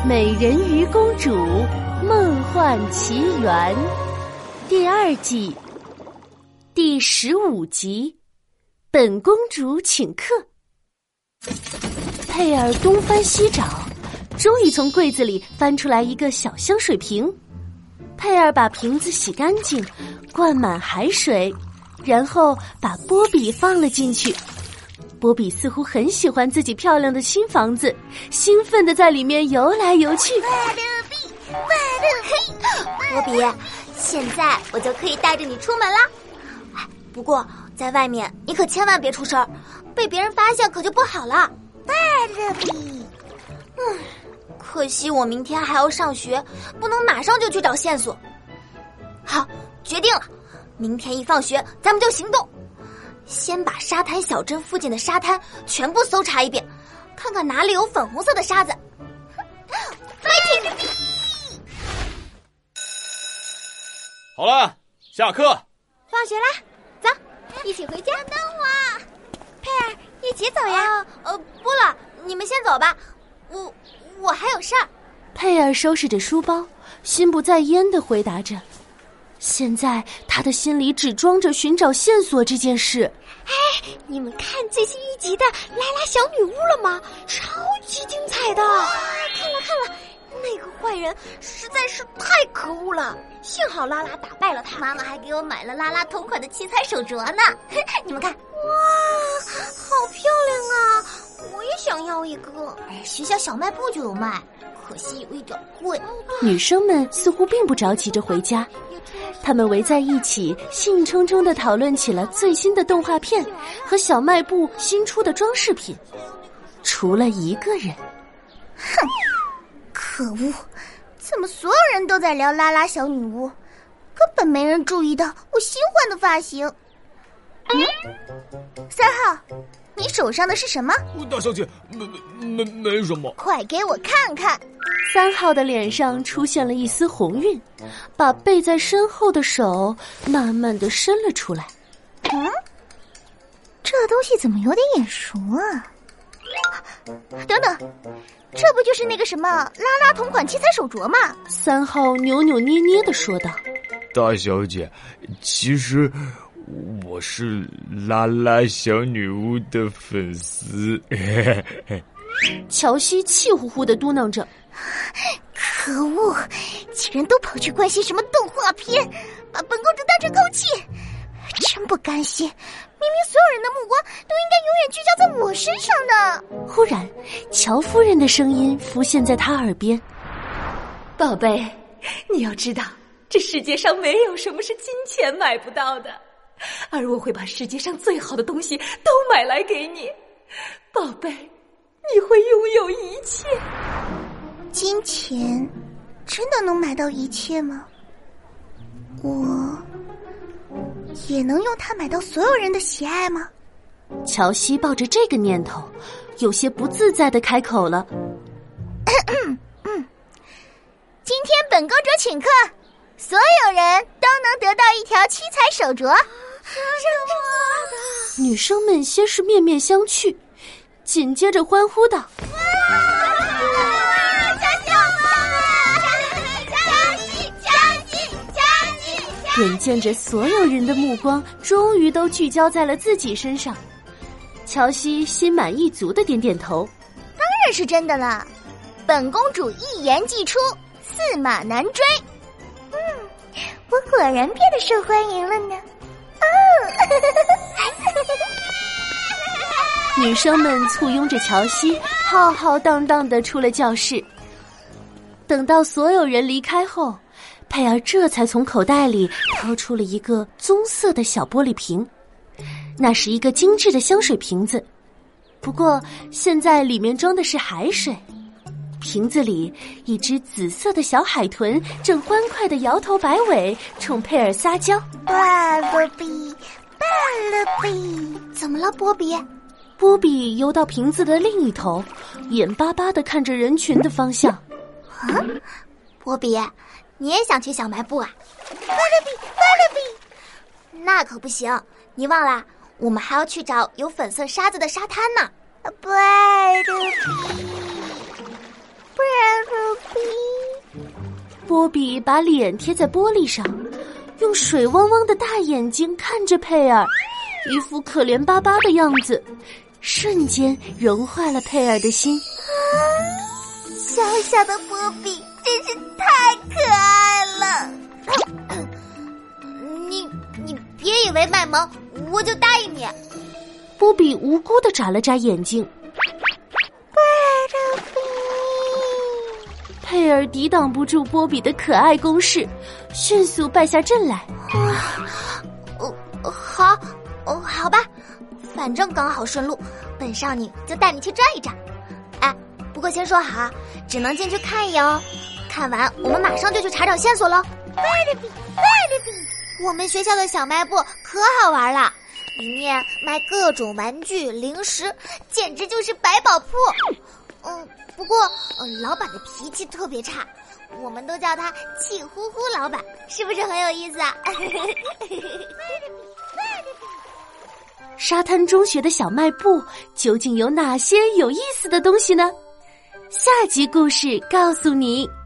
美人鱼公主梦幻奇缘》第2季第15集，本公主请客。佩尔东翻西找，终于从柜子里翻出来一个小香水瓶。佩尔把瓶子洗干净，灌满海水，然后把波比放了进去。波比似乎很喜欢自己漂亮的新房子，兴奋地在里面游来游去。 波比，现在我就可以带着你出门了。不过在外面你可千万别出声，被别人发现可就不好了。可惜我明天还要上学，不能马上就去找线索。好，决定了，明天一放学咱们就行动。先把沙滩小镇附近的沙滩全部搜查一遍，看看哪里有粉红色的沙子。 好了，下课。 放学啦，走，一起回家。等我，佩尔，一起走呀。不了，你们先走吧，我还有事儿。 佩尔收拾着书包，心不在焉地回答着。现在他的心里只装着寻找线索这件事。 你们看最新一集的拉拉小女巫了吗？超级精彩的。看了，那个坏人实在是太可恶了，幸好拉拉打败了他。妈妈还给我买了拉拉同款的七彩手镯呢。你们看，哇，好漂亮啊，我也想要一个。学校小卖部就有卖，可惜有一点贵。 女生们似乎并不着急着回家，她们围在一起，兴冲冲地讨论起了最新的动画片和小卖部新出的装饰品。除了一个人。 哼，可恶，怎么所有人都在聊拉拉小女巫，根本没人注意到我新换的发型。3号，你手上的是什么？ 大小姐，没什么。 快给我看看。 3号的脸上出现了一丝红晕，把背在身后的手慢慢地伸了出来。 这东西怎么有点眼熟啊？等等，这不就是那个什么拉拉同款七彩手镯吗 ？3号扭扭捏捏地说道。 大小姐，其实我是拉拉小女巫的粉丝。 乔西气呼呼地嘟囔着。 可恶，竟然都跑去关心什么动画片，把本公主当成空气，真不甘心。明明所有人的目光都应该永远聚焦在我身上呢。 忽然，乔夫人的声音浮现在他耳边。 宝贝，你要知道，这世界上没有什么是金钱买不到的，而我会把世界上最好的东西都买来给你。宝贝，你会拥有一切。 金钱真的能买到一切吗？我也能用它买到所有人的喜爱吗？ 乔西抱着这个念头，有些不自在地开口了。 今天本公主请客，所有人都能得到一条七彩手镯。 女生们先是面面相觑，紧接着欢呼道：眼见着所有人的目光终于都聚焦在了自己身上，乔西心满意足地点点头。 当然是真的了，本公主一言既出，驷马难追。我果然变得受欢迎了呢。 女生们簇拥着乔西，浩浩荡荡地出了教室。等到所有人离开后，佩尔这才从口袋里掏出了一个棕色的小玻璃瓶，那是一个精致的香水瓶子，不过现在里面装的是海水。瓶子里一只紫色的小海豚正欢快地摇头摆尾，冲佩尔撒娇。 波比，怎么了，波比？ 波比游到瓶子的另一头，眼巴巴地看着人群的方向。 波比，你也想去小卖部啊？巴勒比，那可不行，你忘了，我们还要去找有粉色沙子的沙滩呢。巴勒比， 波比把脸贴在玻璃上，用水汪汪的大眼睛看着佩尔，一副可怜巴巴的样子，瞬间融化了佩尔的心。 小小的波比真是太可爱了。你别以为卖萌我就答应你。 波比无辜地眨了眨眼睛。佩尔抵挡不住波比的可爱攻势，迅速败下阵来。 好吧，反正刚好顺路，本少女就带你去转一转。哎，不过先说好，只能进去看一眼哦。看完我们马上就去查找线索喽。我们学校的小卖部可好玩了，里面卖各种玩具、零食，简直就是百宝铺。不过老板的脾气特别差，我们都叫他气呼呼老板，是不是很有意思啊？ 沙滩中学的小卖部究竟有哪些有意思的东西呢？下集故事告诉你。